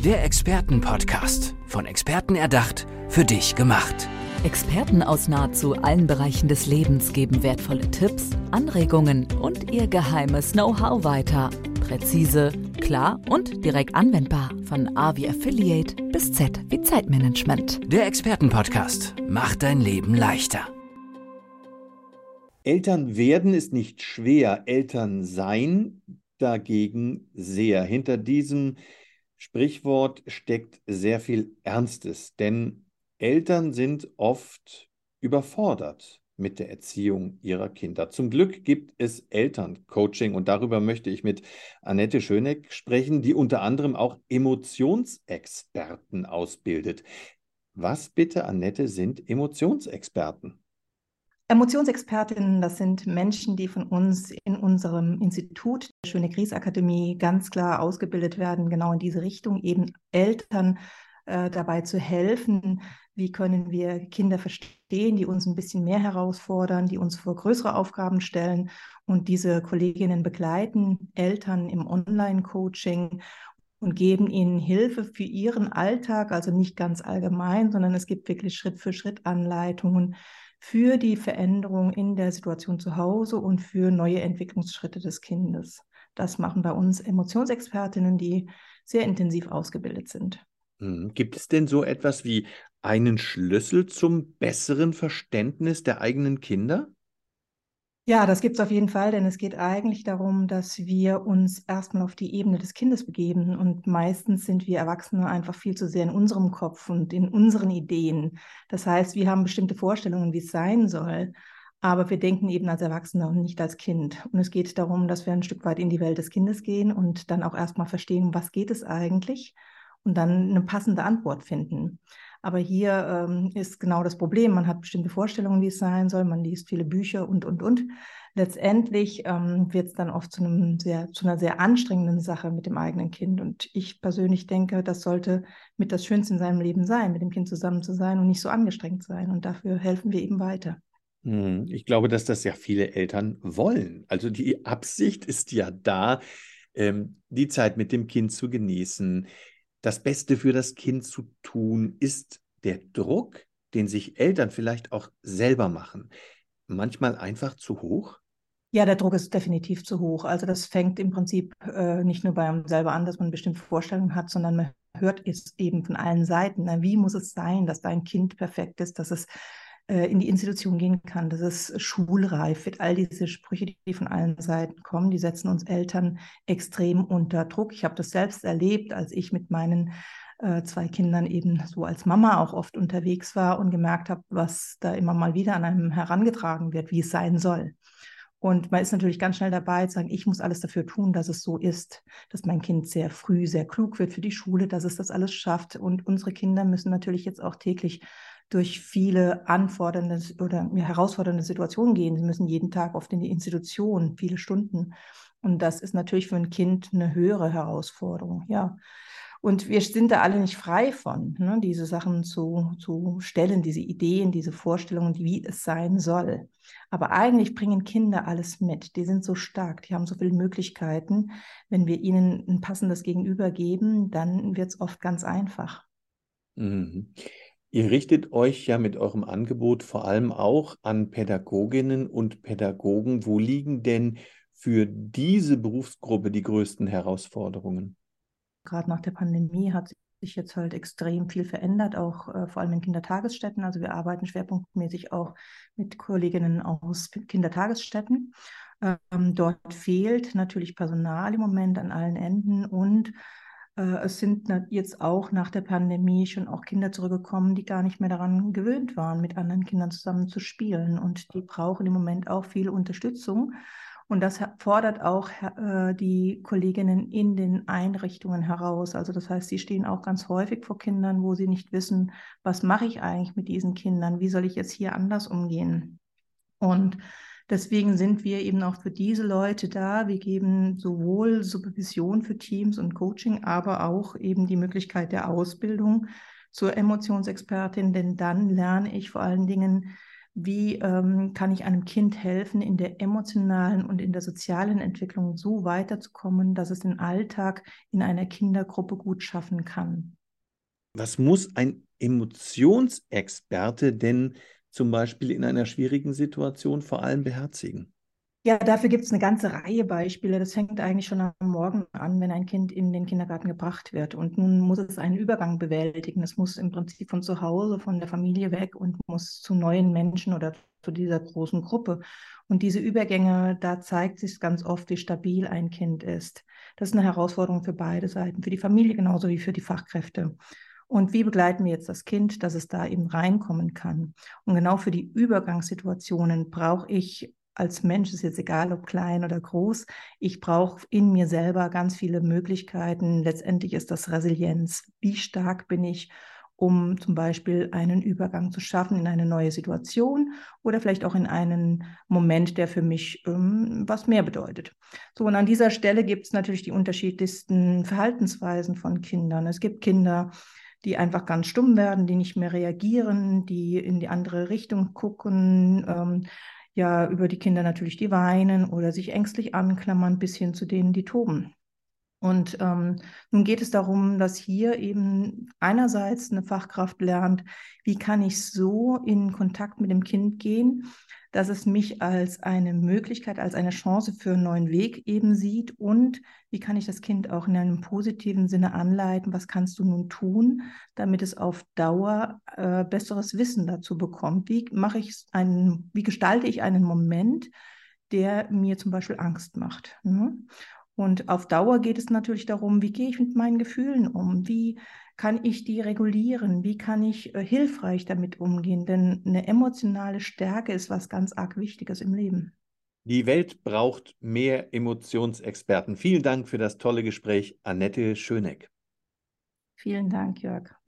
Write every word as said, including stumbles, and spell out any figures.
Der Experten-Podcast. Von Experten erdacht, für dich gemacht. Experten aus nahezu allen Bereichen des Lebens geben wertvolle Tipps, Anregungen und ihr geheimes Know-how weiter. Präzise, klar und direkt anwendbar. Von A wie Affiliate bis Z wie Zeitmanagement. Der Experten-Podcast macht dein Leben leichter. Eltern werden ist nicht schwer, Eltern sein dagegen sehr. Hinter diesem Sprichwort steckt sehr viel Ernstes, denn Eltern sind oft überfordert mit der Erziehung ihrer Kinder. Zum Glück gibt es Elterncoaching und darüber möchte ich mit Annette Schöneck sprechen, die unter anderem auch Emotionsexperten ausbildet. Was bitte, Annette, sind Emotionsexperten? Emotionsexpertinnen, das sind Menschen, die von uns in unserem Institut, der Schöneck-Ries-Akademie, ganz klar ausgebildet werden, genau in diese Richtung, eben Eltern äh, dabei zu helfen, wie können wir Kinder verstehen, die uns ein bisschen mehr herausfordern, die uns vor größere Aufgaben stellen. Und diese Kolleginnen begleiten Eltern im Online-Coaching und geben ihnen Hilfe für ihren Alltag, also nicht ganz allgemein, sondern es gibt wirklich Schritt-für-Schritt-Anleitungen für die Veränderung in der Situation zu Hause und für neue Entwicklungsschritte des Kindes. Das machen bei uns Emotionsexpertinnen, die sehr intensiv ausgebildet sind. Gibt es denn so etwas wie einen Schlüssel zum besseren Verständnis der eigenen Kinder? Ja, das gibt es auf jeden Fall, denn es geht eigentlich darum, dass wir uns erstmal auf die Ebene des Kindes begeben und meistens sind wir Erwachsene einfach viel zu sehr in unserem Kopf und in unseren Ideen. Das heißt, wir haben bestimmte Vorstellungen, wie es sein soll, aber wir denken eben als Erwachsene und nicht als Kind. Und es geht darum, dass wir ein Stück weit in die Welt des Kindes gehen und dann auch erstmal verstehen, was geht es eigentlich und dann eine passende Antwort finden. Aber hier ähm, ist genau das Problem. Man hat bestimmte Vorstellungen, wie es sein soll. Man liest viele Bücher und, und, und. Letztendlich ähm, wird es dann oft zu, einem sehr, zu einer sehr anstrengenden Sache mit dem eigenen Kind. Und ich persönlich denke, das sollte mit das Schönste in seinem Leben sein, mit dem Kind zusammen zu sein und nicht so angestrengt sein. Und dafür helfen wir eben weiter. Ich glaube, dass das ja viele Eltern wollen. Also die Absicht ist ja da, ähm, die Zeit mit dem Kind zu genießen. Das Beste für das Kind zu tun, ist der Druck, den sich Eltern vielleicht auch selber machen, manchmal einfach zu hoch? Ja, der Druck ist definitiv zu hoch. Also das fängt im Prinzip äh, nicht nur bei einem selber an, dass man eine bestimmte Vorstellung hat, sondern man hört es eben von allen Seiten. Na, wie muss es sein, dass dein Kind perfekt ist, dass es äh, in die Institution gehen kann, dass es schulreif wird. All diese Sprüche, die von allen Seiten kommen, die setzen uns Eltern extrem unter Druck. Ich habe das selbst erlebt, als ich mit meinen äh, zwei Kindern eben so als Mama auch oft unterwegs war und gemerkt habe, was da immer mal wieder an einem herangetragen wird, wie es sein soll. Und man ist natürlich ganz schnell dabei zu sagen, ich muss alles dafür tun, dass es so ist, dass mein Kind sehr früh sehr klug wird für die Schule, dass es das alles schafft. Und unsere Kinder müssen natürlich jetzt auch täglich durch viele anfordernde oder herausfordernde Situationen gehen. Sie müssen jeden Tag oft in die Institution, viele Stunden. Und das ist natürlich für ein Kind eine höhere Herausforderung, ja. Und wir sind da alle nicht frei von, ne, diese Sachen zu, zu stellen, diese Ideen, diese Vorstellungen, wie es sein soll. Aber eigentlich bringen Kinder alles mit. Die sind so stark, die haben so viele Möglichkeiten. Wenn wir ihnen ein passendes Gegenüber geben, dann wird es oft ganz einfach. Mhm. Ihr richtet euch ja mit eurem Angebot vor allem auch an Pädagoginnen und Pädagogen. Wo liegen denn für diese Berufsgruppe die größten Herausforderungen? Gerade nach der Pandemie hat sich jetzt halt extrem viel verändert, auch äh, vor allem in Kindertagesstätten. Also wir arbeiten schwerpunktmäßig auch mit Kolleginnen aus Kindertagesstätten. Ähm, dort fehlt natürlich Personal im Moment an allen Enden und äh, es sind jetzt auch nach der Pandemie schon auch Kinder zurückgekommen, die gar nicht mehr daran gewöhnt waren, mit anderen Kindern zusammen zu spielen. Und die brauchen im Moment auch viel Unterstützung. Und das fordert auch äh, die Kolleginnen in den Einrichtungen heraus. Also das heißt, sie stehen auch ganz häufig vor Kindern, wo sie nicht wissen, was mache ich eigentlich mit diesen Kindern? Wie soll ich jetzt hier anders umgehen? Und deswegen sind wir eben auch für diese Leute da. Wir geben sowohl Supervision für Teams und Coaching, aber auch eben die Möglichkeit der Ausbildung zur Emotionsexpertin, denn dann lerne ich vor allen Dingen, Wie ähm, kann ich einem Kind helfen, in der emotionalen und in der sozialen Entwicklung so weiterzukommen, dass es den Alltag in einer Kindergruppe gut schaffen kann? Was muss ein Emotionsexperte denn zum Beispiel in einer schwierigen Situation vor allem beherzigen? Ja, dafür gibt es eine ganze Reihe Beispiele. Das fängt eigentlich schon am Morgen an, wenn ein Kind in den Kindergarten gebracht wird. Und nun muss es einen Übergang bewältigen. Es muss im Prinzip von zu Hause, von der Familie weg und muss zu neuen Menschen oder zu dieser großen Gruppe. Und diese Übergänge, da zeigt sich ganz oft, wie stabil ein Kind ist. Das ist eine Herausforderung für beide Seiten, für die Familie genauso wie für die Fachkräfte. Und wie begleiten wir jetzt das Kind, dass es da eben reinkommen kann? Und genau für die Übergangssituationen brauche ich als Mensch, ist jetzt egal, ob klein oder groß, ich brauche in mir selber ganz viele Möglichkeiten. Letztendlich ist das Resilienz. Wie stark bin ich, um zum Beispiel einen Übergang zu schaffen in eine neue Situation oder vielleicht auch in einen Moment, der für mich ähm, was mehr bedeutet. So, und an dieser Stelle gibt es natürlich die unterschiedlichsten Verhaltensweisen von Kindern. Es gibt Kinder, die einfach ganz stumm werden, die nicht mehr reagieren, die in die andere Richtung gucken, ähm, ja, über die Kinder natürlich, die weinen oder sich ängstlich anklammern, bis hin zu denen, die toben. Und ähm, nun geht es darum, dass hier eben einerseits eine Fachkraft lernt, wie kann ich so in Kontakt mit dem Kind gehen, dass es mich als eine Möglichkeit, als eine Chance für einen neuen Weg eben sieht, und wie kann ich das Kind auch in einem positiven Sinne anleiten, was kannst du nun tun, damit es auf Dauer äh, besseres Wissen dazu bekommt. Wie mache ich einen, wie gestalte ich einen Moment, der mir zum Beispiel Angst macht, ne? Und auf Dauer geht es natürlich darum, wie gehe ich mit meinen Gefühlen um? Wie kann ich die regulieren? Wie kann ich äh, hilfreich damit umgehen? Denn eine emotionale Stärke ist was ganz arg Wichtiges im Leben. Die Welt braucht mehr Emotionsexperten. Vielen Dank für das tolle Gespräch, Annette Schöneck. Vielen Dank, Jörg.